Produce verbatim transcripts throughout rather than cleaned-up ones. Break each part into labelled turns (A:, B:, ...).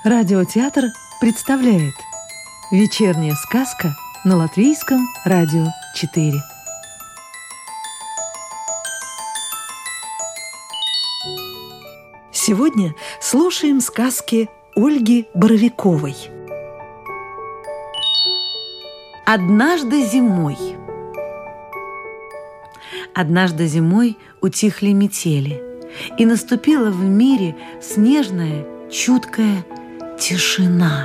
A: Радиотеатр представляет «Вечерняя сказка» на Латвийском радио четыре. Сегодня слушаем сказки Ольги Боровиковой. Однажды зимой. Однажды зимой утихли метели, и наступила в мире снежная, чуткая тишина.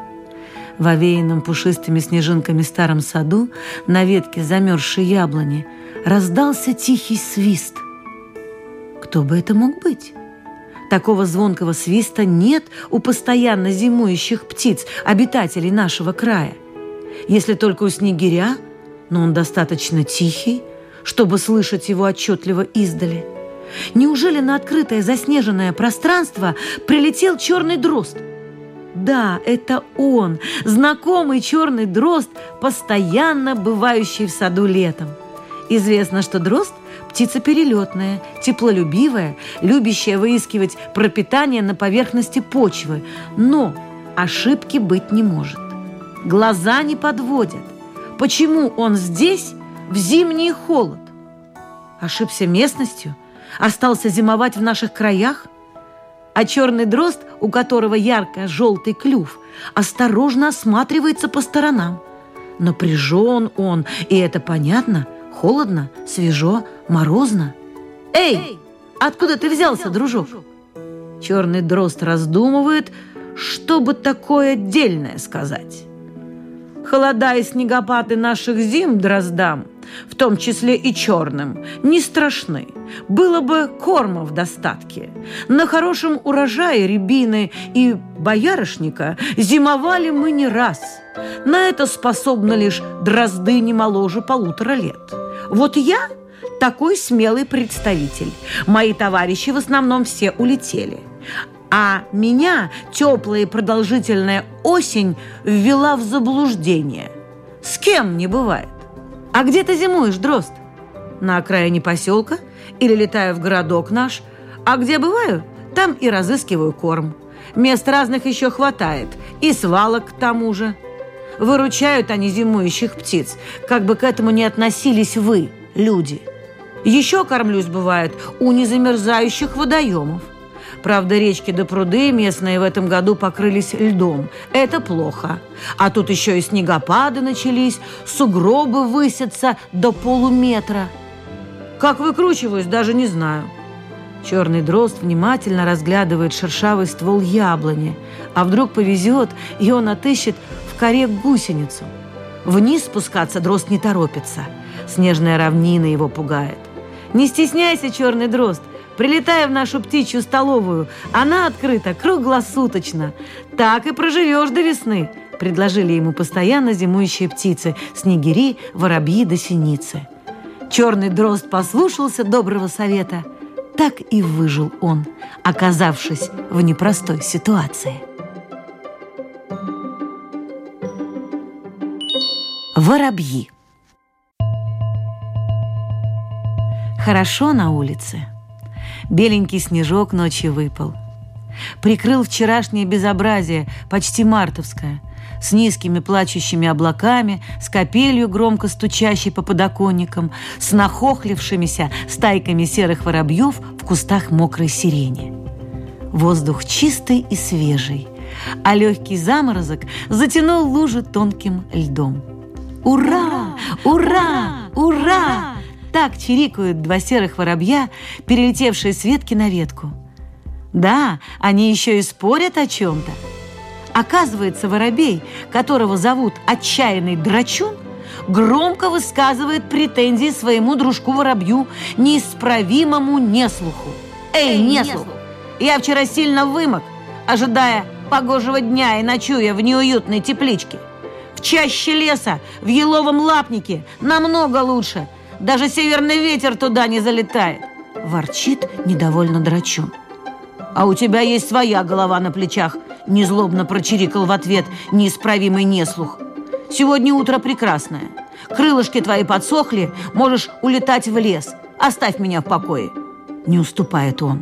A: В овеянном пушистыми снежинками старом саду на ветке замерзшей яблони раздался тихий свист. Кто бы это мог быть? Такого звонкого свиста нет у постоянно зимующих птиц, обитателей нашего края. Если только у снегиря, но он достаточно тихий, чтобы слышать его отчетливо издали. Неужели на открытое заснеженное пространство прилетел черный дрозд? Да, это он, знакомый черный дрозд, постоянно бывающий в саду летом. Известно, что дрозд – птица перелетная, теплолюбивая, любящая выискивать пропитание на поверхности почвы. Но ошибки быть не может. Глаза не подводят. Почему он здесь в зимний холод? Ошибся местностью? Остался зимовать в наших краях? А черный дрозд, у которого ярко-желтый клюв, осторожно осматривается по сторонам. Напряжен он, и это понятно. Холодно, свежо, морозно. «Эй, откуда ты взялся, дружок?» Черный дрозд раздумывает, что бы такое дельное сказать. «Холода и снегопады наших зим, дроздам, в том числе и черным, не страшны. Было бы корма в достатке. На хорошем урожае рябины и боярышника зимовали мы не раз. На это способны лишь дрозды не моложе полутора лет. Вот я такой смелый представитель. Мои товарищи в основном все улетели. А меня теплая и продолжительная осень ввела в заблуждение. С кем не бывает. А где ты зимуешь, дрозд? На окраине поселка или летаю в городок наш? А где бываю, там и разыскиваю корм. Мест разных еще хватает, и свалок к тому же. Выручают они зимующих птиц, как бы к этому ни относились вы, люди. Еще кормлюсь, бывает, у незамерзающих водоемов. Правда, речки да пруды местные в этом году покрылись льдом. Это плохо. А тут еще и снегопады начались, сугробы высятся до полуметра. Как выкручиваюсь, даже не знаю. Черный дрозд внимательно разглядывает шершавый ствол яблони. А вдруг повезет, и он отыщет в коре гусеницу. Вниз спускаться дрозд не торопится. Снежная равнина его пугает. Не стесняйся, черный дрозд. Прилетай в нашу птичью столовую. Она открыта круглосуточно. Так и проживешь до весны, предложили ему постоянно зимующие птицы, снегири, воробьи да синицы. Черный дрозд послушался доброго совета. Так и выжил он, оказавшись в непростой ситуации. Воробьи. Хорошо на улице. Беленький снежок ночью выпал. Прикрыл вчерашнее безобразие, почти мартовское, с низкими плачущими облаками, с капелью, громко стучащей по подоконникам, с нахохлившимися стайками серых воробьев в кустах мокрой сирени. Воздух чистый и свежий, а легкий заморозок затянул лужи тонким льдом. «Ура! Ура! Ура!» Так чирикают два серых воробья, перелетевшие с ветки на ветку. Да, они еще и спорят о чем-то. Оказывается, воробей, которого зовут Отчаянный Драчун, громко высказывает претензии своему дружку-воробью, неисправимому неслуху. «Эй, неслух! Я вчера сильно вымок, ожидая погожего дня и ночуя в неуютной тепличке. В чаще леса, в еловом лапнике намного лучше. Даже северный ветер туда не залетает», – ворчит недовольно Драчун. «А у тебя есть своя голова на плечах», – незлобно прочирикал в ответ неисправимый неслух. «Сегодня утро прекрасное. Крылышки твои подсохли, можешь улетать в лес. Оставь меня в покое». Не уступает он.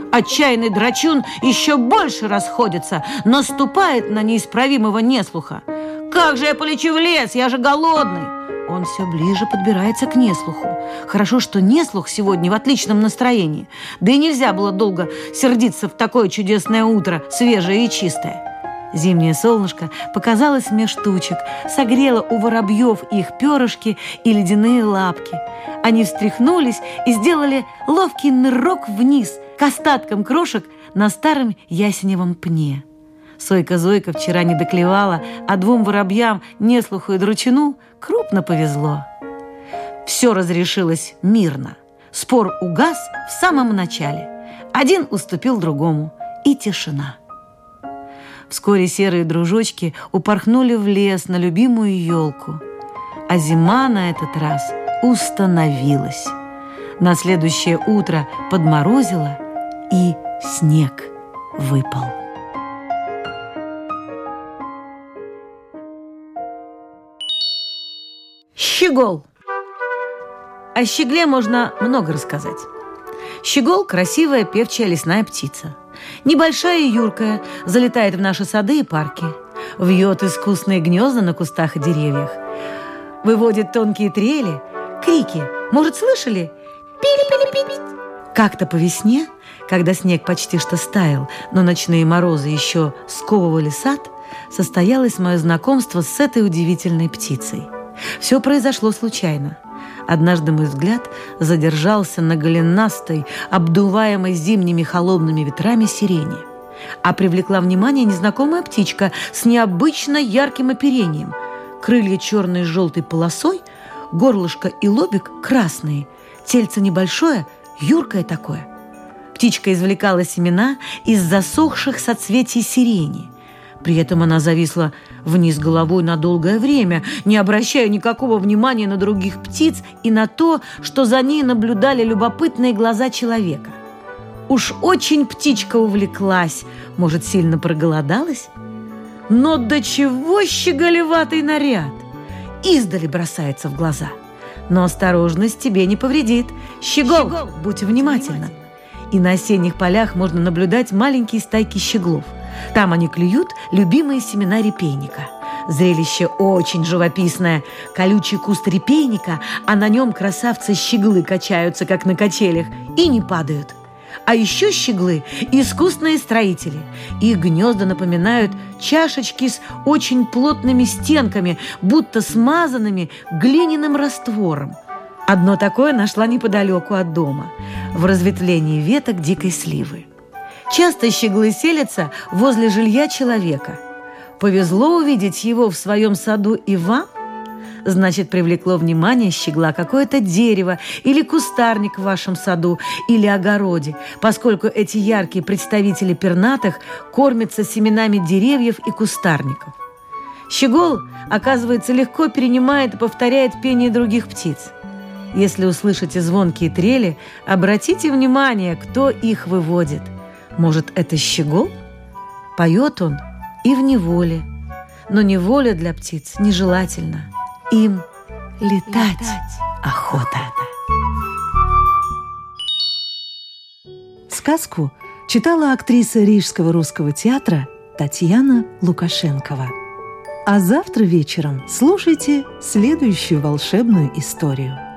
A: Отчаянный драчун еще больше расходится, наступает на неисправимого неслуха. «Как же я полечу в лес? Я же голодный!» Он все ближе подбирается к неслуху. Хорошо, что неслух сегодня в отличном настроении. Да и нельзя было долго сердиться в такое чудесное утро, свежее и чистое. Зимнее солнышко показалось меж тучек, согрело у воробьев их перышки и ледяные лапки. Они встряхнулись и сделали ловкий нырок вниз к остаткам крошек на старом ясеневом пне. Сойка-Зойка вчера не доклевала, а двум воробьям, неслуху и дручуну, крупно повезло. Все разрешилось мирно. Спор угас в самом начале. Один уступил другому, и тишина. Вскоре серые дружочки упорхнули в лес на любимую елку. А зима на этот раз установилась. На следующее утро подморозило, и снег выпал. Щегол. О щегле можно много рассказать. Щегол – красивая певчая лесная птица. Небольшая и юркая, залетает в наши сады и парки. Вьет искусные гнезда на кустах и деревьях. Выводит тонкие трели, крики. Может, слышали? Пи-пи-пи-пи. Как-то по весне, когда снег почти что стаял, но ночные морозы еще сковывали сад, состоялось мое знакомство с этой удивительной птицей. Все произошло случайно. Однажды мой взгляд задержался на голенастой, обдуваемой зимними холодными ветрами сирени. А привлекла внимание незнакомая птичка с необычно ярким оперением. Крылья черные с желтой полосой, горлышко и лобик красные, тельце небольшое, юркое такое. Птичка извлекала семена из засохших соцветий сирени. При этом она зависла вниз головой на долгое время, не обращая никакого внимания на других птиц и на то, что за ней наблюдали любопытные глаза человека. Уж очень птичка увлеклась, может, сильно проголодалась? Но до чего щеголеватый наряд! Издали бросается в глаза. Но осторожность тебе не повредит. Щегол, Щегол будь внимательна. И на осенних полях можно наблюдать маленькие стайки щеглов. Там они клюют любимые семена репейника. Зрелище очень живописное. Колючий куст репейника, а на нем красавцы-щеглы качаются, как на качелях, и не падают. А еще щеглы – искусные строители. Их гнезда напоминают чашечки с очень плотными стенками, будто смазанными глиняным раствором. Одно такое нашла неподалеку от дома, в разветвлении веток дикой сливы. Часто щеглы селятся возле жилья человека. Повезло увидеть его в своем саду и вам? Значит, привлекло внимание щегла какое-то дерево или кустарник в вашем саду или огороде, поскольку эти яркие представители пернатых кормятся семенами деревьев и кустарников. Щегол, оказывается, легко перенимает и повторяет пение других птиц. Если услышите звонкие трели, обратите внимание, кто их выводит. Может, это щегол? Поет он и в неволе. Но неволя для птиц нежелательна. Им летать, летать охота.
B: Сказку читала актриса Рижского русского театра Татьяна Лукашенкова. А завтра вечером слушайте следующую волшебную историю.